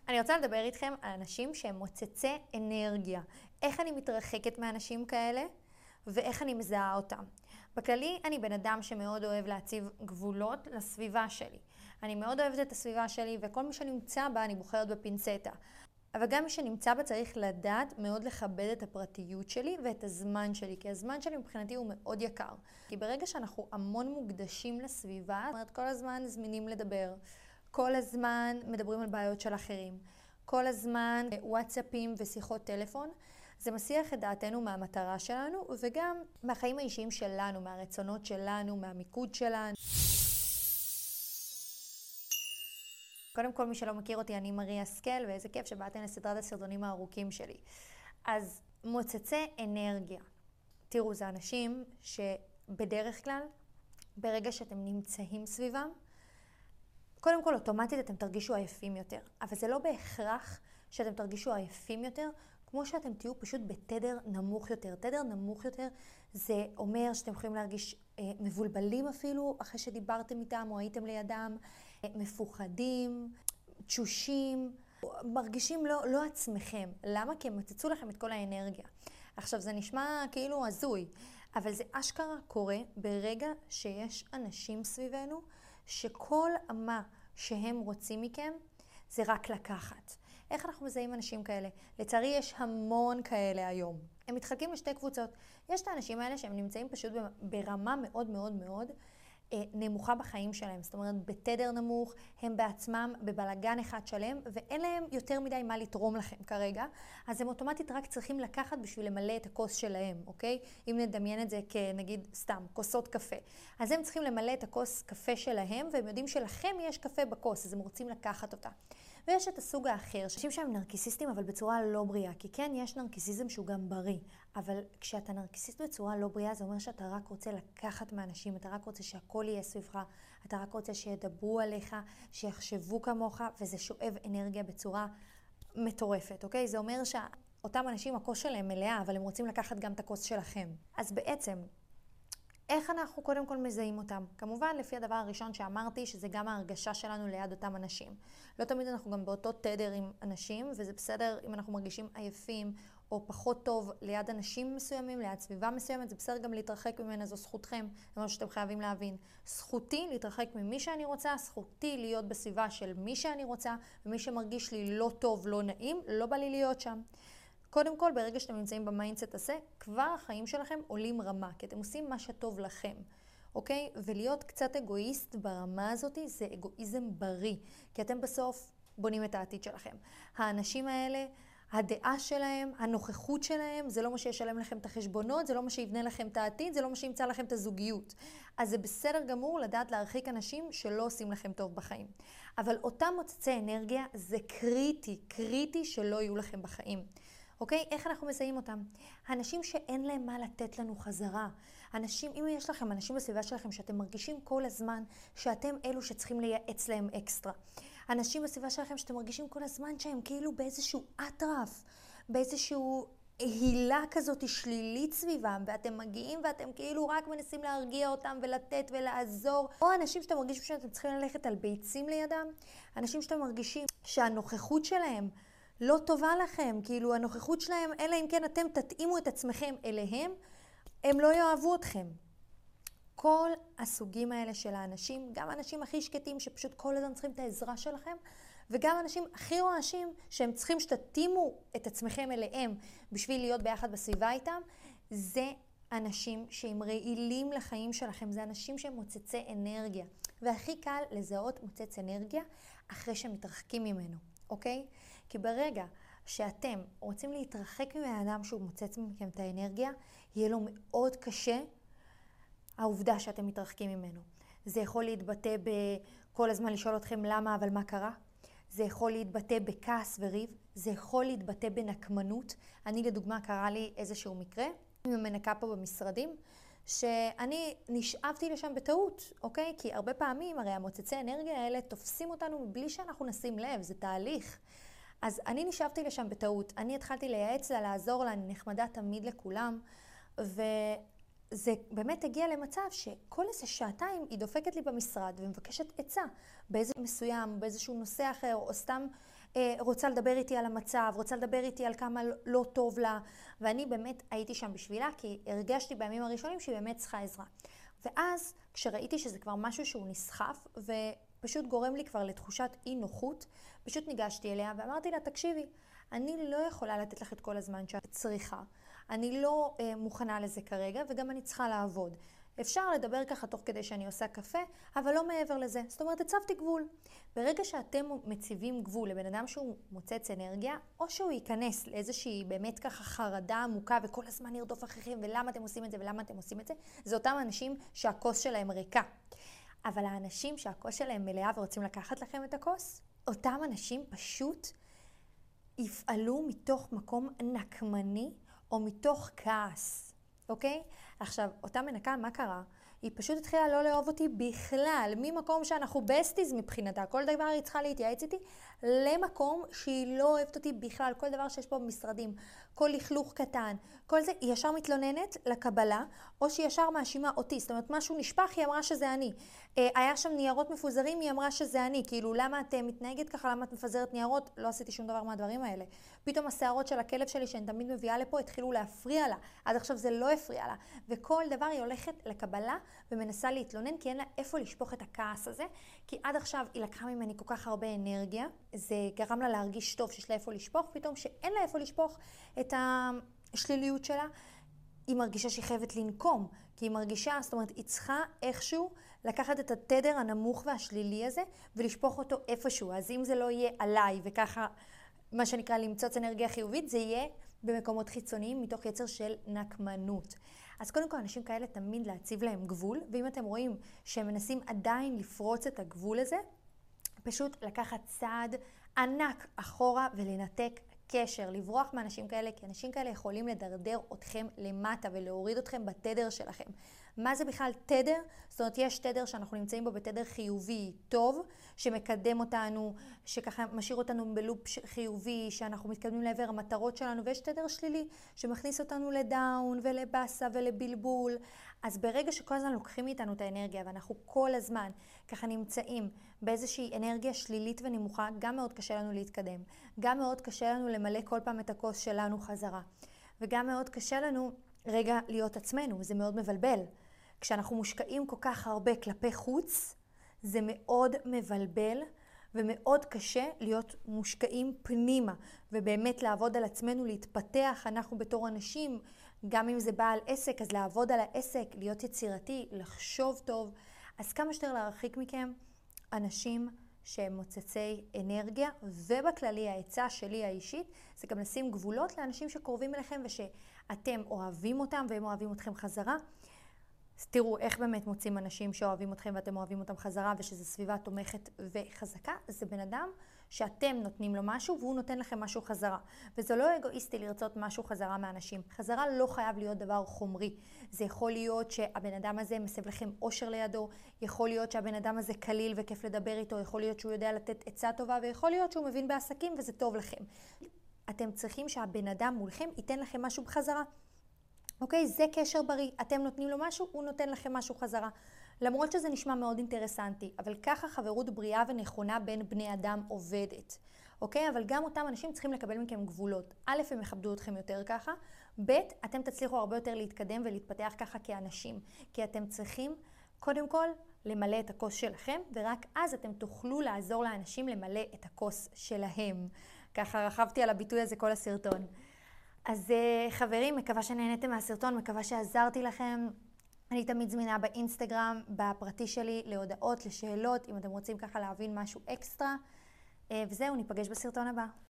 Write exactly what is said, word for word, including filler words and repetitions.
אני רוצה לדבר איתכם על אנשים שהם מוצצי אנרגיה. איך אני מתרחקת מאנשים כאלה ואיך אני מזהה אותם. בכללי אני בן אדם שמאוד אוהב להציב גבולות לסביבה שלי. אני מאוד אוהבת את הסביבה שלי וכל מי שנמצא בה אני בוחרת בפינצטה. אבל גם מי שנמצא בה צריך לדעת מאוד לכבד את הפרטיות שלי ואת הזמן שלי, כי הזמן שלי מבחינתי הוא מאוד יקר. כי ברגע שאנחנו המון מוקדשים לסביבה, זאת אומרת כל הזמן זמינים לדבר, כל הזמן מדברים על בעיות של אחרים, כל הזמן וואטסאפים ושיחות טלפון, זה מסיח את דעתנו מהמטרה שלנו וגם מהחיים האישיים שלנו, מהרצונות שלנו, מהמיקוד שלנו. קודם כל, מי שלא מכיר אותי, אני מריה השכל, ואיזה כיף שבאתם לסדרת הסרטונים הארוכים שלי. אז מוצצי אנרגיה. תראו, זה אנשים שבדרך כלל, ברגע שאתם נמצאים סביבם, קודם כל, אוטומטית אתם תרגישו עייפים יותר. אבל זה לא בהכרח שאתם תרגישו עייפים יותר, כמו שאתם תהיו פשוט בתדר נמוך יותר. תדר נמוך יותר זה אומר שאתם יכולים להרגיש אה, מבולבלים אפילו, אחרי שדיברתם איתם או הייתם לידם, אה, מפוחדים, תשושים, מרגישים לא, לא עצמכם. למה? כי הם מצצו לכם את כל האנרגיה. עכשיו, זה נשמע כאילו הזוי, אבל זה אשכרה קורה ברגע שיש אנשים סביבנו, שכל מה שהם רוצים מכם זה רק לקחת. איך אנחנו מזהים אנשים כאלה? לצערי יש המון כאלה היום. הם מתחלקים לשתי קבוצות. יש את האנשים האלה שהם נמצאים פשוט ברמה מאוד מאוד מאוד אה, נמוכה בחיים שלהם. זאת אומרת, בתדר נמוך, הם בעצמם בבלגן אחד שלם, ואין להם יותר מדי מה לתרום לכם כרגע. אז הם אוטומטית רק צריכים לקחת בשביל למלא את הכוס שלהם, אוקיי? אם נדמיין את זה כנגיד סתם, כוסות קפה. אז הם צריכים למלא את הכוס קפה שלהם, והם יודעים שלכם יש קפה בכוס, אז הם רוצים לקחת אותה. ויש את הסוג האחר, אנשים שהם נרקיסיסטים אבל בצורה לא בריאה, כי כן יש נרקיסיזם שהוא גם בריא, אבל כשאתה נרקיסיסט בצורה לא בריאה זה אומר שאתה רק רוצה לקחת מאנשים, אתה רק רוצה שהכל יהיה סביבך, אתה רק רוצה שידברו עליך, שיחשבו כמוך, וזה שואב אנרגיה בצורה מטורפת, אוקיי? זה אומר שאותם אנשים הכוס שלהם מלאה, אבל הם רוצים לקחת גם את הכוס שלכם. אז בעצם, איך אנחנו קודם כל מזהים אותם? כמובן, לפי הדבר הראשון שאמרתי, שזה גם ההרגשה שלנו ליד אותם אנשים. לא תמיד אנחנו גם באותו תדר עם אנשים, וזה בסדר אם אנחנו מרגישים עייפים או פחות טוב ליד אנשים מסוימים, ליד סביבה מסוימת, זה בסדר גם להתרחק ממנה, זו זכותכם. זה מה שאתם חייבים להבין. זכותי להתרחק ממי שאני רוצה, זכותי להיות בסביבה של מי שאני רוצה, ומי שמרגיש לי לא טוב, לא נעים, לא בא לי להיות שם. קודם כל, ברגע שאתם נמצאים במיינדסט הזה, כבר החיים שלכם עולים רמה, כי אתם עושים מה שטוב לכם, אוקיי? ולהיות קצת אגואיסט ברמה הזאת זה אגואיזם בריא, כי אתם בסוף בונים את העתיד שלכם. האנשים האלה, הדעה שלהם, הנוכחות שלהם, זה לא מה שישלם לכם את החשבונות, זה לא מה שיבנה לכם את העתיד, זה לא מה שימצא לכם את הזוגיות. אז זה בסדר גמור לדעת להרחיק אנשים שלא עושים לכם טוב בחיים. אבל אותם מוצצי אנרגיה זה קריטי, קריטי שלא יהיו לכם בחיים. אוקיי? איך אנחנו מזהים אותם? האנשים שאין להם מה לתת לנו חזרה. אנשים, אם יש לכם אנשים בסביבה שלכם שאתם מרגישים כל הזמן שאתם אלו שצריכים לייעץ להם אקסטרה. אנשים בסביבה שלכם שאתם מרגישים כל הזמן שהם כאילו באיזשהו אטרף, באיזשהו הילה כזאת שלילית סביבם, ואתם מגיעים ואתם כאילו רק מנסים להרגיע אותם ולתת ולעזור. או אנשים שאתם מרגישים שאתם צריכים ללכת על ביצים לידם. אנשים שאתם מרגישים שהנוכחות שלהם לא טובה לכם, כאילו הנוכחות שלהם, אלא אם כן אתם תתאימו את עצמכם אליהם, הם לא יאהבו אתכם. כל הסוגים האלה של האנשים, גם האנשים הכי שקטים שפשוט כל הזמן צריכים את העזרה שלכם, וגם האנשים הכי רועשים שהם צריכים שתתאימו את עצמכם אליהם בשביל להיות ביחד בסביבה איתם, זה אנשים שהם רעילים לחיים שלכם, זה אנשים שהם מוצצי אנרגיה. והכי קל לזהות מוצץ אנרגיה אחרי שהם מתרחקים ממנו. אוקיי? כי ברגע שאתם רוצים להתרחק מהאדם שהוא מוצץ מכם את האנרגיה, יהיה לו מאוד קשה העובדה שאתם מתרחקים ממנו. זה יכול להתבטא בכל הזמן לשאול אתכם למה, אבל מה קרה? זה יכול להתבטא בכעס וריב, זה יכול להתבטא בנקמנות. אני לדוגמה קרה לי איזשהו מקרה, עם המנקה פה במשרדים, שאני נשאבתי לשם בטעות, אוקיי? כי הרבה פעמים, הרי המוצצי האנרגיה האלה תופסים אותנו בלי שאנחנו נשים לב, זה תהליך. אז אני נשאבתי לשם בטעות, אני התחלתי לייעץ לה, לעזור לה, אני נחמדה תמיד לכולם, וזה באמת הגיע למצב שכל איזה שעתיים היא דופקת לי במשרד ומבקשת עצה באיזה מסוים, באיזשהו נושא אחר, או סתם אה, רוצה לדבר איתי על המצב, רוצה לדבר איתי על כמה לא טוב לה, ואני באמת הייתי שם בשבילה, כי הרגשתי בימים הראשונים שהיא באמת צריכה עזרה. ואז, כשראיתי שזה כבר משהו שהוא נסחף, ופשוט גורם לי כבר לתחושת אי נוחות, פשוט ניגשתי אליה ואמרתי לה, תקשיבי, אני לא יכולה לתת לך את כל הזמן שאת צריכה. אני לא אה, מוכנה לזה כרגע, וגם אני צריכה לעבוד. אפשר לדבר ככה תוך כדי שאני עושה קפה, אבל לא מעבר לזה. זאת אומרת, הצבתי גבול. ברגע שאתם מציבים גבול לבן אדם שהוא מוצץ אנרגיה, או שהוא ייכנס לאיזושהי באמת ככה חרדה עמוקה, וכל הזמן ירדוף אחריכם, ולמה אתם עושים את זה, ולמה אתם עושים את זה, זה אותם אנשים שהכוס שלהם ריקה. אבל האנשים שהכוס שלהם מלאה ורוצים לקחת לכם את הכוס, אותם אנשים פשוט יפעלו מתוך מקום נקמני, או מתוך כעס. אוקיי? עכשיו, אותה מנקה, מה קרה? היא פשוט התחילה לא לאהוב אותי בכלל, ממקום שאנחנו בסטיז מבחינתה, כל דבר היא צריכה להתייעץ איתי, למקום שהיא לא אוהבת אותי בכלל, כל דבר שיש פה במשרדים, כל לכלוך קטן, כל זה, היא ישר מתלוננת לקבלה, או שהיא ישר מאשימה אותי, זאת אומרת, משהו נשפך, היא אמרה שזה אני. היה שם ניירות מפוזרים, היא אמרה שזה אני, כאילו, למה את מתנהגת ככה, למה את מפזרת ניירות? לא עשיתי שום דבר מהדברים האלה. פתאום השערות של הכלב שלי, שאני תמיד מביאה לפה, התחילו להפריע לה. עד עכשיו זה לא הפריע לה. וכל דבר היא הולכת לקבלה ומנסה להתלונן, כי אין לה איפה לשפוך את הכעס הזה, כי עד עכשיו היא לקחה ממני כל כך הרבה אנרגיה, זה גרם לה להרגיש טוב שיש לה איפה לשפוך, פתאום שאין לה איפה לשפוך את השליליות שלה, היא מרגישה שהיא חייבת לנקום, כי היא מרגישה, זאת אומרת, היא צריכה איכשהו לקחת את התדר הנמוך והשלילי הזה, ולשפוך אותו איפשהו. אז אם זה לא יהיה עליי, וככה, מה שנקרא למצוץ אנרגיה חיובית, זה יהיה במקומות חיצוניים, מתוך יצר של נקמנות. אז קודם כל, אנשים כאלה תמיד להציב להם גבול, ואם אתם רואים שהם מנסים עדיין לפרוץ את הגבול הזה, פשוט לקחת צעד ענק אחורה ולנתק קשר, לברוח מאנשים כאלה, כי אנשים כאלה יכולים לדרדר אתכם למטה ולהוריד אתכם בתדר שלכם. מה זה בכלל תדר? זאת אומרת, יש תדר שאנחנו נמצאים בו בתדר חיובי טוב, שמקדם אותנו, שככה משאיר אותנו בלופ חיובי, שאנחנו מתקדמים לעבר המטרות שלנו, ויש תדר שלילי שמכניס אותנו לדאון ולבאסה ולבלבול. אז ברגע שכל הזמן לוקחים מאיתנו את האנרגיה, ואנחנו כל הזמן ככה נמצאים באיזושהי אנרגיה שלילית ונמוכה, גם מאוד קשה לנו להתקדם. גם מאוד קשה לנו למלא כל פעם את הכוס שלנו חזרה. וגם מאוד קשה לנו רגע להיות עצמנו, זה מאוד מבלבל. כשאנחנו מושקעים כל כך הרבה כלפי חוץ, זה מאוד מבלבל ומאוד קשה להיות מושקעים פנימה, ובאמת לעבוד על עצמנו, להתפתח, אנחנו בתור אנשים, גם אם זה בעל עסק, אז לעבוד על העסק, להיות יצירתי, לחשוב טוב. אז כמה שיותר להרחיק מכם אנשים שהם מוצצי אנרגיה, ובכללי העצה שלי האישית, זה גם לשים גבולות לאנשים שקרובים אליכם ושאתם אוהבים אותם והם אוהבים אתכם חזרה. אז תראו איך באמת מוצאים אנשים שאוהבים אתכם ואתם אוהבים אותם חזרה, ושזו סביבה תומכת וחזקה. זה בן אדם שאתם נותנים לו משהו והוא נותן לכם משהו חזרה. וזה לא אגואיסטי לרצות משהו חזרה מאנשים. חזרה לא חייב להיות דבר חומרי. זה יכול להיות שהבן אדם הזה מסב לכם אושר לידו, יכול להיות שהבן אדם הזה קליל וכיף לדבר איתו, יכול להיות שהוא יודע לתת עצה טובה, ויכול להיות שהוא מבין בעסקים וזה טוב לכם. אתם צריכים שהבן אדם מולכם ייתן לכם משהו בחזרה. אוקיי, זה קשר בריא. אתם נותנים לו משהו, הוא נותן לכם משהו חזרה. למרות שזה נשמע מאוד אינטרסנטי, אבל ככה חברות בריאה ונכונה בין בני אדם עובדת. אוקיי? אבל גם אותם אנשים צריכים לקבל מכם גבולות. א', הם יכבדו אתכם יותר ככה. ב', אתם תצליחו הרבה יותר להתקדם ולהתפתח ככה כאנשים. כי אתם צריכים, קודם כל, למלא את הכוס שלכם, ורק אז אתם תוכלו לעזור לאנשים למלא את הכוס שלהם. ככה רחבתי על הביטוי הזה כל הסרטון. אז חברים, מקווה שנהניתם מהסרטון, מקווה שעזרתי לכם. אני תמיד זמינה באינסטגרם, בפרטי שלי, להודעות, לשאלות, אם אתם רוצים ככה להבין משהו אקסטרה. וזהו, ניפגש בסרטון הבא.